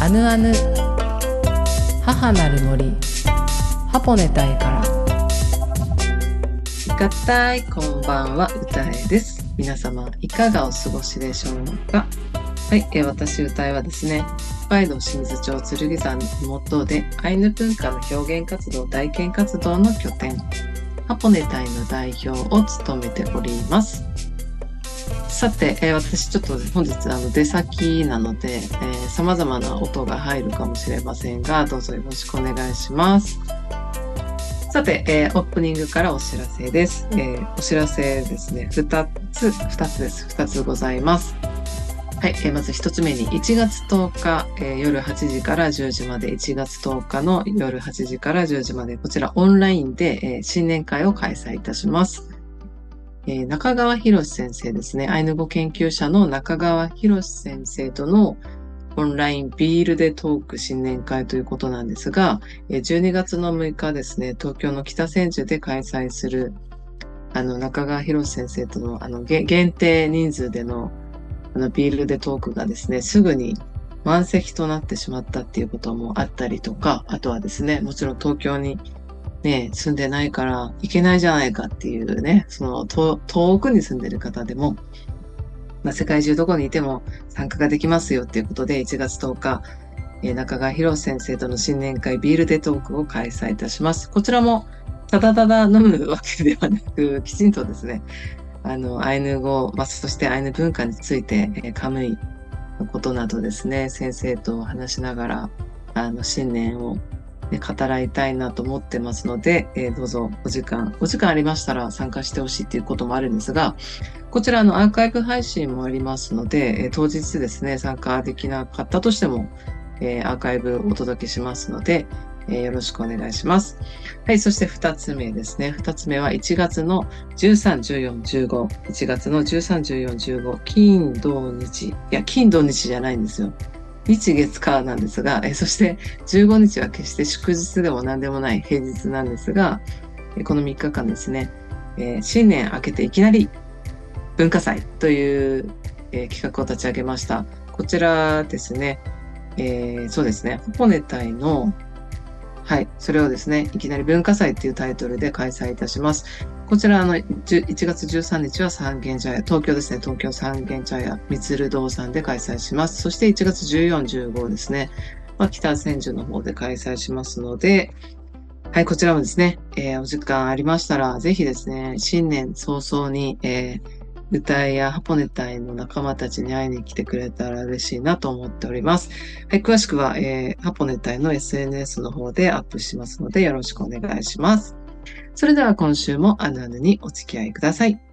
アヌアヌ母なる森ハポネタイからいかたい、こんばんは、うたえです。皆様いかがお過ごしでしょうか。はい、私うたえはですね、北海道清水町剣山の麓でアイヌ文化の表現活動、体験活動の拠点、ハポネタイの代表を務めております。さて、私ちょっと本日出先なので、様々な音が入るかもしれませんが、どうぞよろしくお願いします。さて、オープニングからお知らせです。お知らせですね、2つございます。はい、まず1つ目に1月10日、夜8時から10時まで、1月10日の夜8時から10時まで、こちらオンラインで、新年会を開催いたします。中川博先生ですね。アイヌ語研究者の中川博先生とのオンラインビールでトーク新年会ということなんですが、12月の6日ですね、東京の北千住で開催する、中川博先生との、限定人数での、ビールでトークがですね、すぐに満席となってしまったっていうこともあったりとか、あとはですね、もちろん東京にね、住んでないから行けないじゃないかっていうね、遠くに住んでる方でも、世界中どこにいても参加ができますよっていうことで、1月10日、中川博先生との新年会ビールデトークを開催いたします。こちらも、ただただ飲むわけではなく、きちんとですね、アイヌ語、そしてアイヌ文化について、カムイのことなどですね、先生と話しながら、新年を語らいたいなと思ってますので、どうぞお時間ありましたら参加してほしいっていうこともあるんですが、こちらアーカイブ配信もありますので、当日ですね、参加できなかったとしても、アーカイブお届けしますので、よろしくお願いします。はい、そして2つ目ですね。2つ目は1月の13、14、15。1月の13、14、15。金、土、日。いや、金、土、日じゃないんですよ。日月火なんですが、そして15日は決して祝日でも何でもない平日なんですが、この3日間ですね、新年明けていきなり文化祭という、企画を立ち上げました。こちらですね、そうですね、ハポネタイの、はい、それをですね、いきなり文化祭っていうタイトルで開催いたします。こちら1月13日は三軒茶屋、東京ですね、東京三軒茶屋、みつる堂さんで開催します。そして1月14、15ですね、北千住の方で開催しますので、はい、こちらもですね、お時間ありましたら、ぜひですね、新年早々に、歌いやハポネタイの仲間たちに会いに来てくれたら嬉しいなと思っております。はい、詳しくは、ハポネタイの SNS の方でアップしますので、よろしくお願いします。それでは今週もアヌアヌにお付き合いください。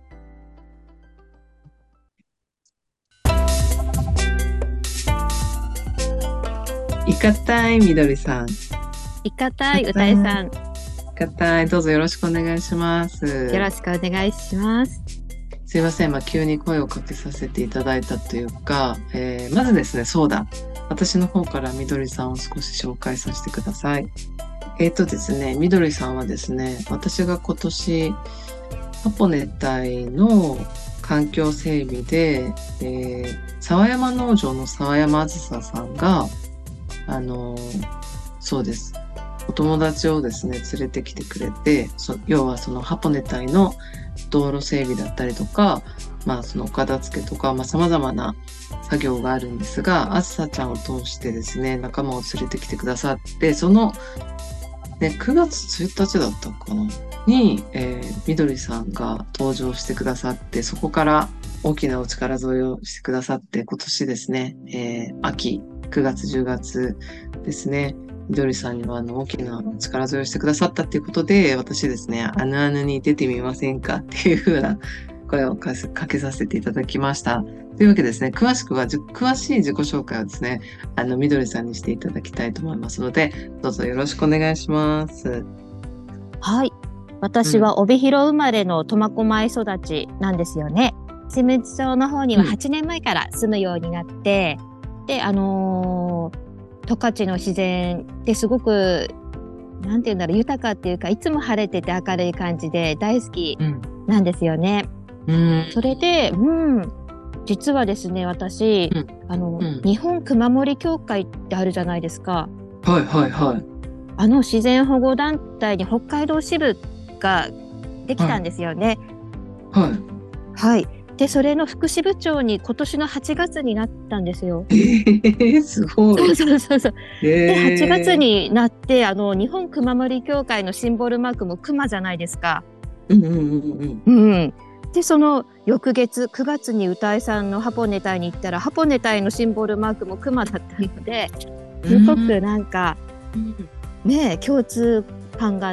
いかたいみどりさん。 いかたい、うたえさん。いかたい、どうぞよろしくお願いします。 よろしくお願いします。 すいません、急に声をかけさせていただいたというか、まずですね、そうだ。私の方からみどりさんを少し紹介させてください。ですね、みどりさんはですね、私が今年、ハポネタイの環境整備で、沢山農場の沢山あずささんが、そうです。お友達をですね、連れてきてくれて、要はそのハポネタイの道路整備だったりとか、そのお片付けとか、様々な作業があるんですが、あずさちゃんを通してですね、仲間を連れてきてくださって、その、ね、9月1日だったかなに、みどりさんが登場してくださって、そこから大きなお力添えをしてくださって、今年ですね、秋、9月、10月ですね、みどりさんには大きな力添えをしてくださったっていうことで、私ですね、アヌアヌに出てみませんかっていう風な声をかけさせていただきました。というわけでですね、詳しい自己紹介をですね、みどりさんにしていただきたいと思いますので、どうぞよろしくお願いします。 はい。私は帯広生まれの苫小牧育ちなんですよね。清水町の方には8年前から住むようになって、で、十勝の自然ってすごく、なんていうんだろう、豊かっていうか、いつも晴れてて明るい感じで大好きなんですよね。それで、 実はですね、私、日本熊森協会ってあるじゃないですか。 はいはいはい。 自然保護団体に北海道支部ができたんですよね。 はい。 はい。で、それの副支部長に今年の8月になったんですよ。 すごい。 そうそうそう。で、8月に。 になって、日本熊森協会のシンボルマークも熊じゃないですか。 うんうんうんうん。 うん。で、その翌月、9月に歌いさんのハポネタイに行ったら、ハポネタイのシンボルマークも熊だったので、すごくなんか、ね、共通感があって、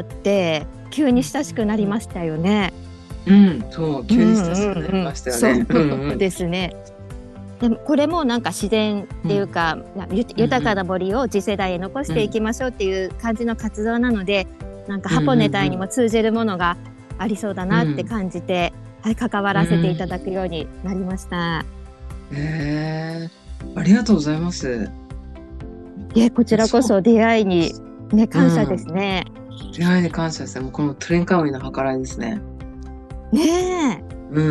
急に親しくなりましたよね。 うん、そう、急に親しくなりましたよね。 そうですね。でもこれもなんか自然っていうか、豊かな森を次世代へ残していきましょうっていう感じの活動なので、なんかハポネタイにも通じるものがありそうだなって感じて、はい、関わらせていただくようになりました。 ありがとうございます。 こちらこそ出会いにね、感謝ですね。 出会いに感謝ですね。もうこのトゥレンカウイの計らいですね。 ね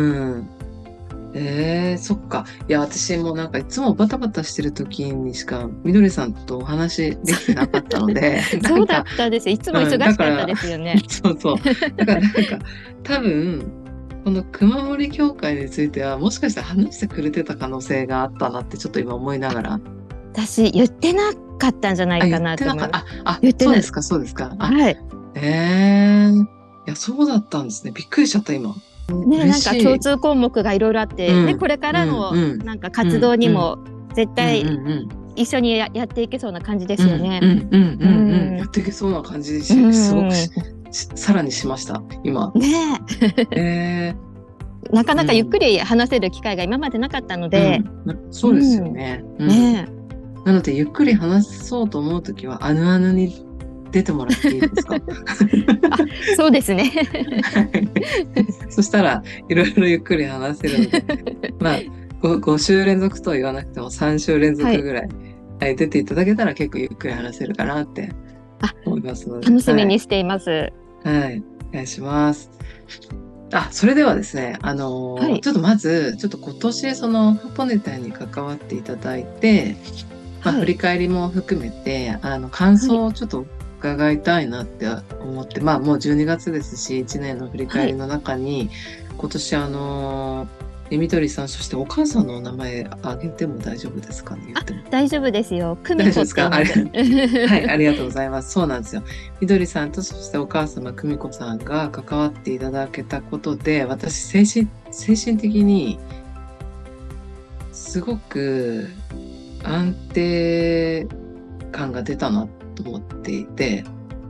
え。そっか。いや、私もなんかいつもバタバタしてる時にしか、みどりさんとお話できてなかったので。 そうだったんですよ。いつも忙しかったですよね。 そうそう。だからなんか、多分、この熊森協会については、もしかしたら話してくれてた可能性があったなってちょっと今思いながら。 私、言ってなかったんじゃないかなと思います。 そうですか、そうですか。 はい。 いや、そうだったんですね。びっくりしちゃった、今。 ね、なんか共通項目がいろいろあって、ね、これからのなんか活動にも絶対一緒にやっていけそうな感じですよね。 やっていけそうな感じすごくさらにしました、今。 ねなかなかゆっくり話せる機会が今までなかったので。 そうですよね。なので、ゆっくり話そうと思うときは、あぬあぬに出てもらっていいですか？ そうですね。 そしたら、いろいろゆっくり話せるので、まあ、5週連続とは言わなくても3週連続ぐらい、出ていただけたら結構ゆっくり話せるかなって思いますので。 楽しみにしています。 はい。お願いします。それではですね、ちょっとまず、ちょっと今年そのハポネタイに関わっていただいて、振り返りも含めて、感想をちょっと伺いたいなって思って、もう12月ですし、1年の振り返りの中に、今年みどりさん、そしてお母さんのお名前あげても大丈夫ですかね？言っても大丈夫ですよ。久美子って言います。 はい、ありがとうございます。そうなんですよ。みどりさんと、そしてお母様、久美子さんが関わっていただけたことで、私、精神的に、すごく安定感が出たなと思っていて、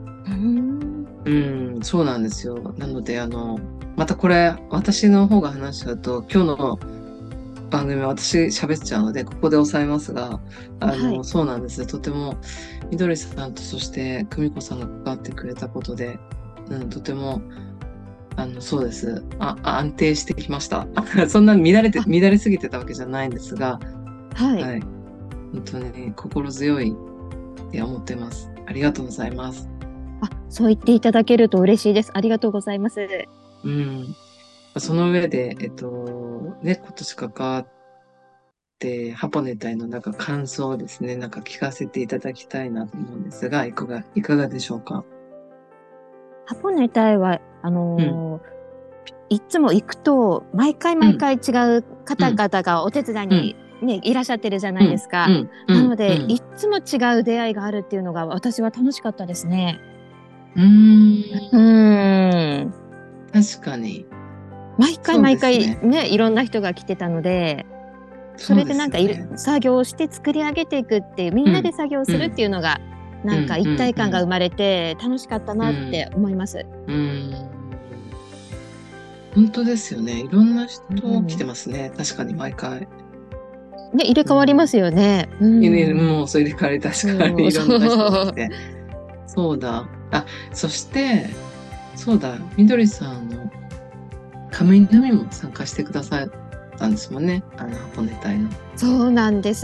そうなんですよ。なので、またこれ、私の方が話しちゃうと、今日の番組は私喋っちゃうので、ここで抑えますが、そうなんです。とても、みどりさんと、そして、久美子さんが関わってくれたことで、とても、そうです。安定してきました。そんな乱れすぎてたわけじゃないんですが、はい。本当に心強いって思ってます。ありがとうございます。 そう言っていただけると嬉しいです。ありがとうございます。 その上で、今年関わって、ハポネタイの感想をですね、聞かせていただきたいなと思うんですが、いかがでしょうか？ ハポネタイは、いつも行くと、毎回違う方々がお手伝いにね、いらっしゃってるじゃないですか。なので、いつも違う出会いがあるっていうのが私は楽しかったですね。 確かに。 毎回ね、いろんな人が来てたので、それで作業して作り上げていくっていう、みんなで作業するっていうのが、一体感が生まれて楽しかったなって思います。 本当ですよね。いろんな人来てますね。確かに毎回。 ね、入れ替わりますよね。 もうそれで変わり確かにいろんな人が来て。そうだ。そして、そうだ、みどりさんの亀井のみも参加してくださったんですもんね。ハポネタイの。 そうなんです。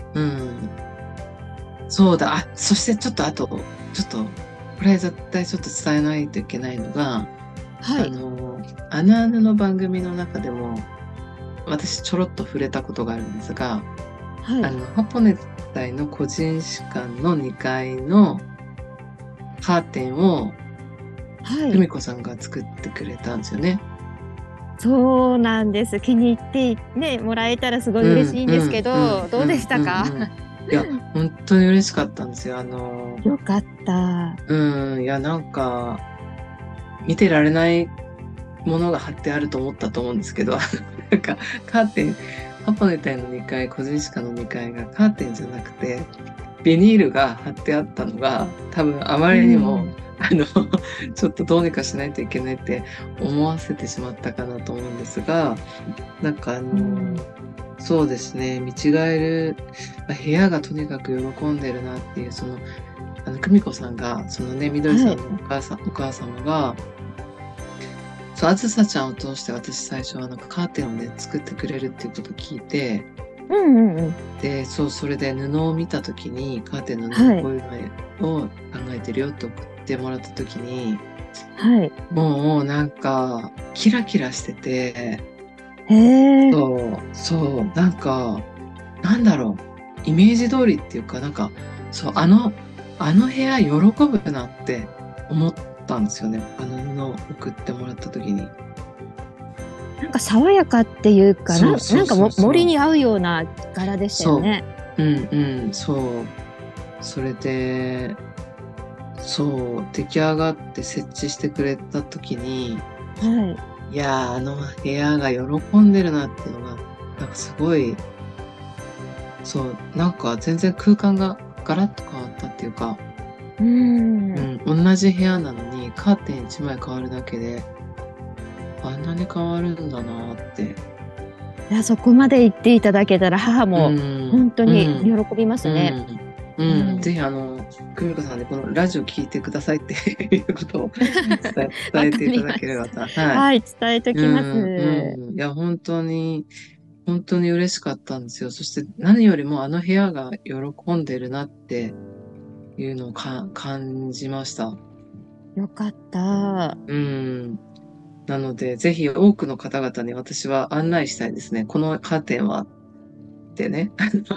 そうだ。そしてちょっと、これ絶対ちょっと伝えないといけないのが、あぬあぬの番組の中でも、 私ちょろっと触れたことがあるんですが、 はい。 ハポネタイの個人士官の2階のカーテンを、 はい。 久美子さんが作ってくれたんですよね。 そうなんです。気に入ってね、もらえたらすごい嬉しいんですけど、どうでしたか？ いや、本当に嬉しかったんですよ。 よかった。 いや、なんか、見てられないものが貼ってあると思ったと思うんですけど、なんか、カーテン、ハポネタイの2階、個人歯科の2階がカーテンじゃなくて、ビニールが貼ってあったのが、多分あまりにも、ちょっとどうにかしないといけないって思わせてしまったかなと思うんですが、なんかそうですね、見違える、部屋がとにかく喜んでるなっていう、久美子さんが、そのね、みどりさんのお母様が、そう、あずさちゃんを通して私最初はカーテンをね、作ってくれるっていうことを聞いて、で、そう、それで布を見たときに、カーテンの布、こういうのを考えてるよって送ってもらったときに、 はい。 もうなんか、キラキラしてて、そう、なんか、なんだろう、イメージ通りっていうか、なんか、そう、あの部屋喜ぶなって思ったんですよね。あの布を送ってもらった時に。 なんか爽やかっていうかな、なんか森に合うような柄でしたよね。 そう。それで、そう、出来上がって設置してくれた時に、いやー、あの部屋が喜んでるなっていうのが、なんかすごい、そう、なんか全然空間がガラッと変わったっていうか、同じ部屋なのにカーテン1枚変わるだけで、あんなに変わるんだなって。 いや、そこまで言っていただけたら母も本当に喜びますね。 ぜひ久美子さんでこのラジオ聞いてくださいっていうことを伝えていただければと。 はい、伝えときます。 いや、本当に嬉しかったんですよ。そして何よりもあの部屋が喜んでるなっていうのを感じました。 よかった。 なので、ぜひ多くの方々に私は案内したいですね。このカーテンはってね、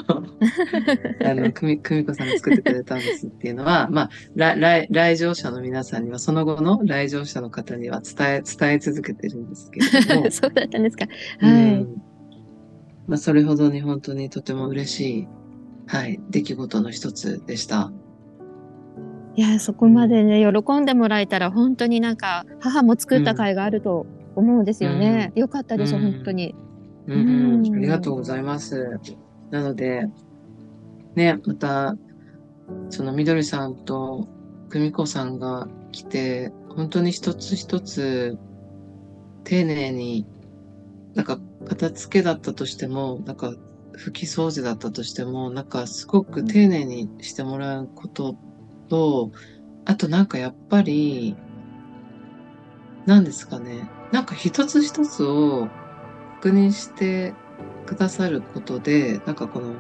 久美子さんが作ってくれたんですっていうのは、まあ、来場者の皆さんには、その後の来場者の方には伝え続けてるんですけれども。 そうだったんですか。はい。 まあ、それほどに本当にとても嬉しい、はい、出来事の一つでした。 いや、そこまでね、喜んでもらえたら、本当になんか、母も作った甲斐があると思うんですよね。よかったです、本当に。 ありがとうございます。なので、ね、また、そのみどりさんと久美子さんが来て、本当に一つ一つ丁寧に、なんか片付けだったとしても、なんか拭き掃除だったとしても、なんかすごく丁寧にしてもらうことと、あとなんかやっぱり、何ですかね。なんか一つ一つを確認してくださることで、なんかこの、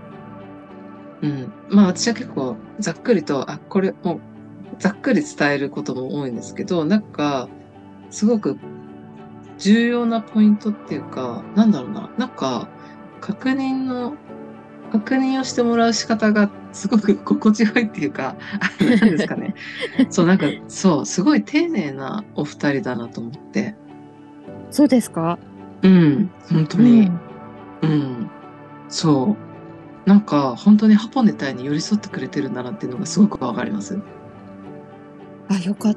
まあ私は結構ざっくりと、これもうざっくり伝えることも多いんですけど、なんかすごく重要なポイントっていうか、なんだろうな、なんか確認をしてもらう仕方がすごく心地よいっていうか、なんですかね。そう、なんか、そう、すごい丁寧なお二人だなと思って。 そうですか？ 本当に。そう。なんか、本当にハポネタイに寄り添ってくれてるんだなっていうのがすごくわかります。 よかった。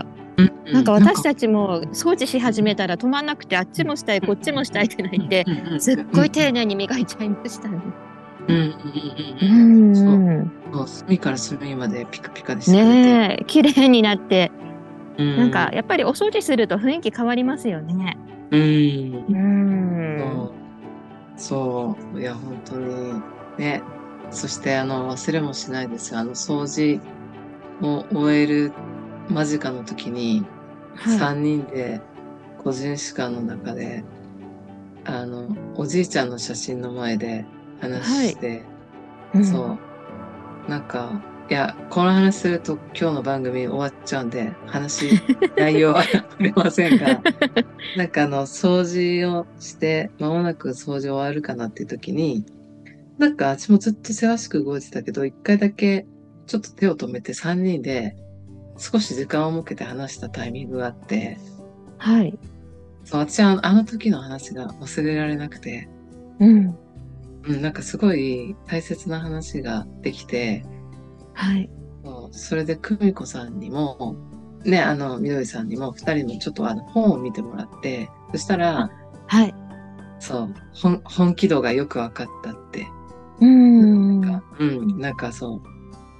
なんか私たちも掃除し始めたら止まんなくて、あっちもしたい、こっちもしたいってなって、すっごい丁寧に磨いちゃいましたね。 そう、隅から隅までピカピカでしてくれて。 ねえ、綺麗になって、なんかやっぱりお掃除すると雰囲気変わりますよね。 そう、いや、本当に、ね。そして、忘れもしないですよ。掃除を終える間近の時に、3人で、個人史館の中で、おじいちゃんの写真の前で話して、そう。なんか、 や、この話すると今日の番組終わっちゃうんで、内容は触れませんが、なんか掃除をして、間もなく掃除終わるかなっていう時に、なんか私もずっとせわしく動いてたけど、一回だけちょっと手を止めて3人で少し時間を設けて話したタイミングがあって、 はい。 そう、私はあの時の話が忘れられなくて、 うん。 なんかすごい大切な話ができて、 はい。 それで久美子さんにも、ね、みどりさんにも二人のちょっと本を見てもらって、そしたら、 はい。 そう、本気度がよくわかったって。なんかそう、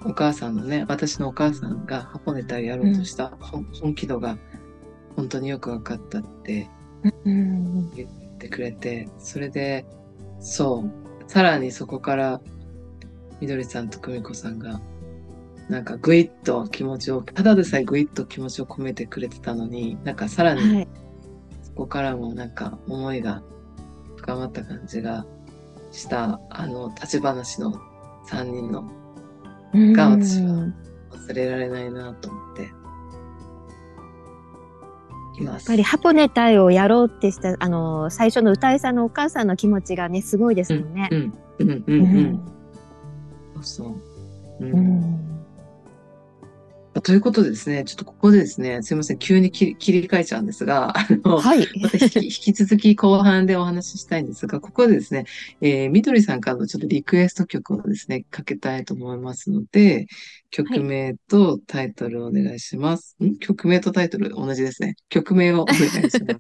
お母さんのね、私のお母さんがハポネタをやろうとした本気度が本当によくわかったって言ってくれて、それで、そう、さらにそこからみどりさんと久美子さんがなんかぐいっと気持ちを、ただでさえぐいっと気持ちを込めてくれてたのに、なんかさらにそこからもなんか思いが深まった感じがした、立ち話の3人のが私は忘れられないなと思っています。 やっぱりハポネタイをやろうってした、最初の歌いさんのお母さんの気持ちがね、すごいですもんね。 そう。ということでですね、ちょっとここでですね、すいません、急に切り替えちゃうんですが、 はい。 また引き続き後半でお話ししたいんですが、ここでですね、みどりさんからのちょっとリクエスト曲をですね、かけたいと思いますので、曲名とタイトルをお願いします。曲名とタイトル同じですね。曲名をお願いします。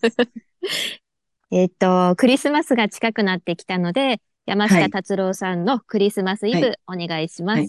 クリスマスが近くなってきたので、山下達郎さんのクリスマスイブお願いします。はい。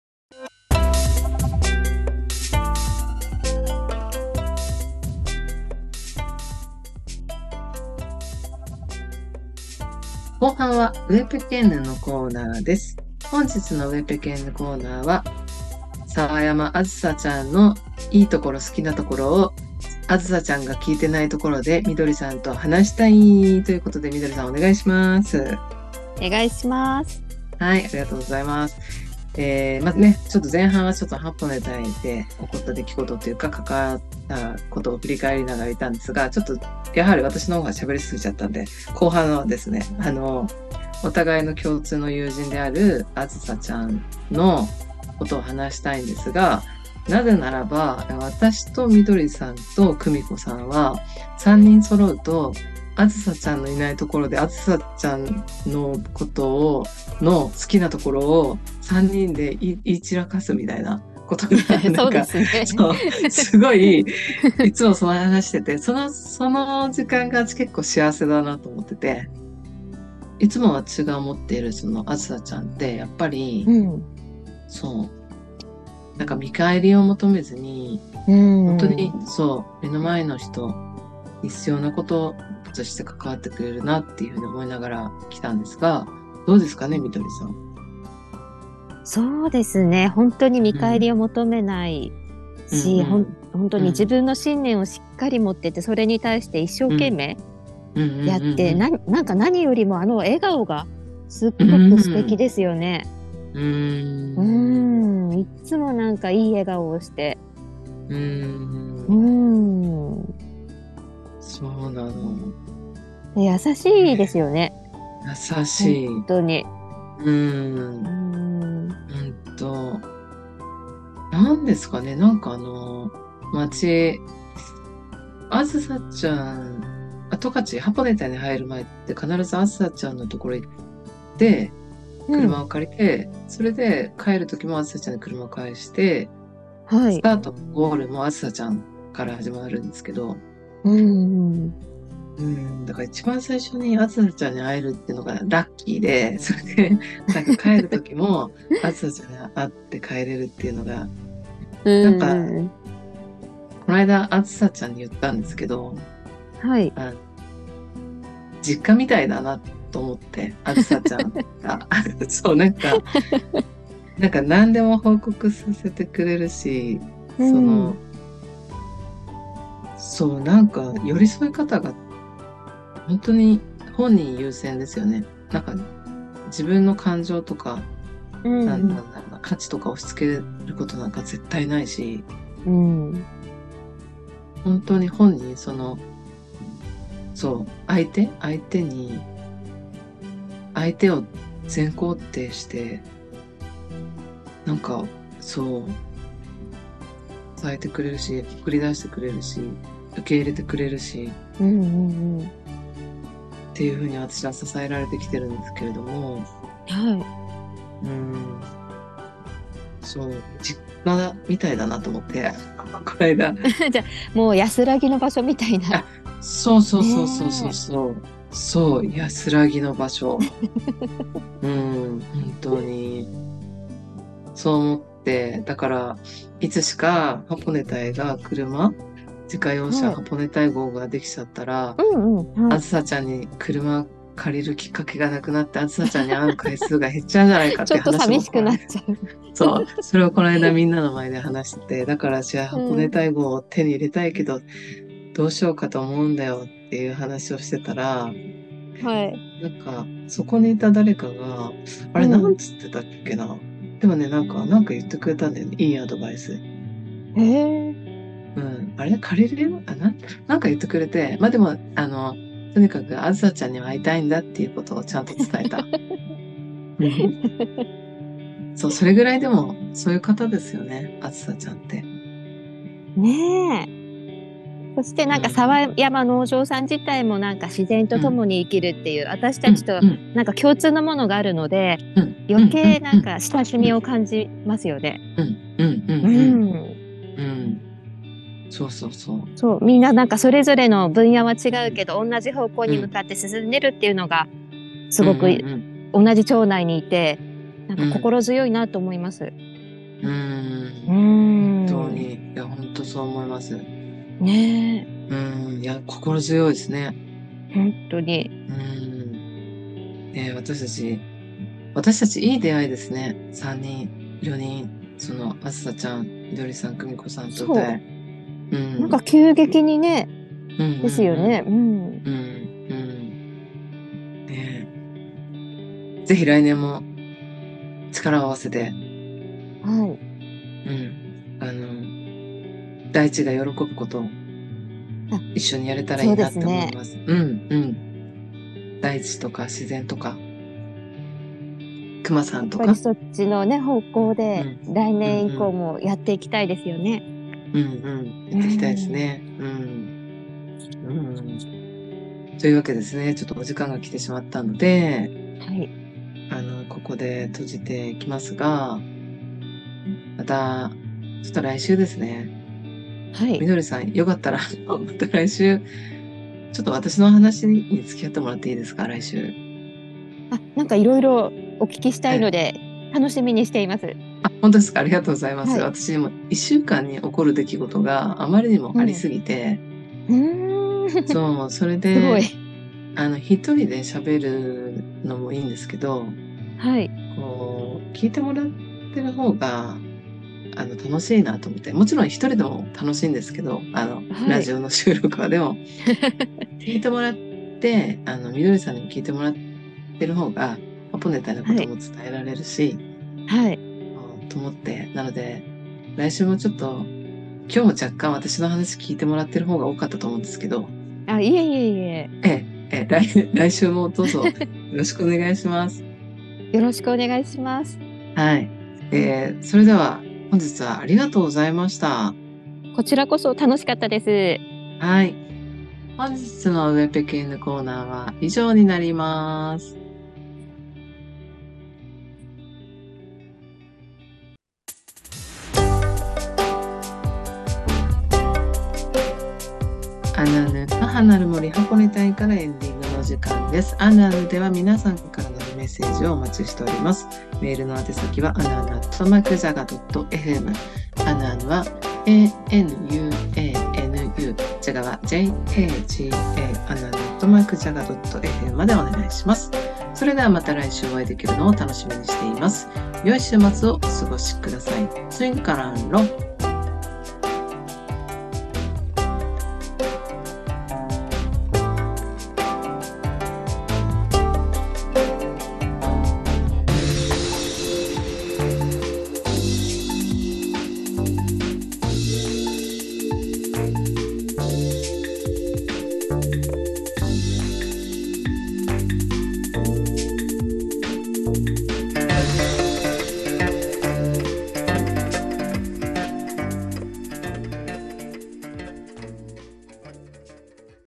後半はウェペケンヌのコーナーです。本日のウェペケンヌコーナーは、沢山あずさちゃんのいいところ好きなところを、あずさちゃんが聞いてないところでみどりさんと話したいということで、みどりさんお願いします。 お願いします。 はい、ありがとうございます。まずね、ちょっと前半はちょっとハポネタイで起こった出来事というか、関わったことを振り返りながらいたんですが、ちょっとやはり私の方が喋りすぎちゃったんで、後半はですね、お互いの共通の友人であるあずさちゃんのことを話したいんですが、なぜならば、私とみどりさんと久美子さんは、3人揃うと、あずさちゃんのいないところで、あずさちゃんのことの好きなところを3人で言い散らかすみたいなことが、 そうですね。 そう、すごい、いつもその話してて、その時間が結構幸せだなと思ってて、いつも私が思っているそのあずさちゃんって、やっぱり、そう、なんか見返りを求めずに、本当にそう、目の前の人に必要なこととして関わってくれるなっていうふうに思いながら来たんですが、どうですかね、みどりさん。 そうですね。本当に見返りを求めないし、本当に自分の信念をしっかり持ってて、それに対して一生懸命やって、なんか何よりも笑顔がすっごく素敵ですよね。いつもなんかいい笑顔をして。 そうなの。 優しいですよね。 優しい。 本当に。 なんですかね、なんかあずさちゃん、十勝、ハポネタに入る前って必ずあずさちゃんのところ行って、車を借りて、それで帰るときもあずさちゃんに車を返して、スタート、ゴールもあずさちゃんから始まるんですけど、だから一番最初にあずさちゃんに会えるっていうのがラッキーで、それで、なんか帰るときもあずさちゃんに会って帰れるっていうのが、なんか、この間あずさちゃんに言ったんですけど、実家みたいだなと思って、あずさちゃんが。そう、なんか何でも報告させてくれるし、そう、なんか寄り添い方が本当に本人優先ですよね。なんか自分の感情とかうんなんだろうな、価値とか押し付けることなんか絶対ないし、 うん本当に本人、そう、相手を全肯定して、なんか、そう、伝えてくれるし、送り出してくれるし、受け入れてくれるし、 うんうんうん。 っていうふうに私は支えられてきてるんですけれども、 はそう、実家みたいだなと思って、この間。 い。じゃあ、もう安らぎの場所みたいな。 あ、そうそうねそうそうそうそう。そう、安らぎの場所。本当に。そう思って、だから、いつしかハポネタイが自家用車はいハポネタイ号ができちゃったら、 うんうん。はい。 あずさちゃんに車借りるきっかけがなくなって、あずさちゃんに会う回数が減っちゃうんじゃないかってちょっと話も寂しくなっちゃう。 そう、それをこの間みんなの前で話してて、だからじゃあうん箱根大号を手に入れたいけど、どうしようかと思うんだよっていう話をしてたら、 はい。 なんか、そこにいた誰かが、あれうんなんつってたっけな。でもね、なんか言ってくれたんだよね。いいアドバイス。 へえ。 あれ借りれるなんか言ってくれて、まあでも、とにかくあずさちゃんには会いたいんだっていうことをちゃんと伝えた。そう、それぐらいでも、そういう方ですよね。あずさちゃんって。 ねえ。そしてなんか沢山農場さん自体もなんか自然と共に生きるっていう、私たちとなんか共通のものがあるので、余計なんか親しみを感じますよね。 そうそうそう。 そう、みんななんかそれぞれの分野は違うけど、同じ方向に向かって進んでるっていうのが、すごく同じ町内にいて、なんか心強いなと思います。 本当に。いや、本当そう思います。 ねいや、心強いですね。 本当に。 私たちいい出会いですね。3人、4人、あずさちゃん、みどりさん、くみこさんとで。 なんか急激にね、ですよね。 ぜひ来年も力を合わせて、 はい。 大地が喜ぶことを一緒にやれたらいいなって思います。大地とか自然とか、熊さんとか。 やっぱりそっちのね、方向で来年以降もやっていきたいですよね。 やっていきたいですね。というわけですね。ちょっとお時間が来てしまったので、 はい。 ここで閉じていきますが、また、ちょっと来週ですね。 はい。 みどりさん、よかったら、また来週、ちょっと私の話に付き合ってもらっていいですか、来週。 なんかいろいろお聞きしたいので、楽しみにしています。 本当ですか、ありがとうございます。私も1週間に起こる出来事があまりにもありすぎて、そう、それで、 すごい。 一人で喋るのもいいんですけど、 はい。 こう、聞いてもらってる方が、楽しいなと思って、もちろん一人でも楽しいんですけど、ラジオの収録はでも、聞いてもらって、みどりさんにも聞いてもらってる方が、ハポネタのことも伝えられるし、 はい。 と思って、なので、来週もちょっと、今日も若干私の話聞いてもらってる方が多かったと思うんですけど、 いえいえいえ。 来週もどうぞよろしくお願いします。 よろしくお願いします。 はい。それでは本日はありがとうございました。 こちらこそ楽しかったです。 はい。本日のウェペケンヌコーナーは以上になります。アナヌ母なる森箱根隊からエンディングの時間です。アナヌでは皆さんからのメッセージをお待ちしております。メールの宛先はanan@jaga.fm。アナヌは ANUANU ジャガは JAGA アナヌ@jaga.fm までお願いします。それではまた来週お会いできるのを楽しみにしています。良い週末をお過ごしください。スインカランロ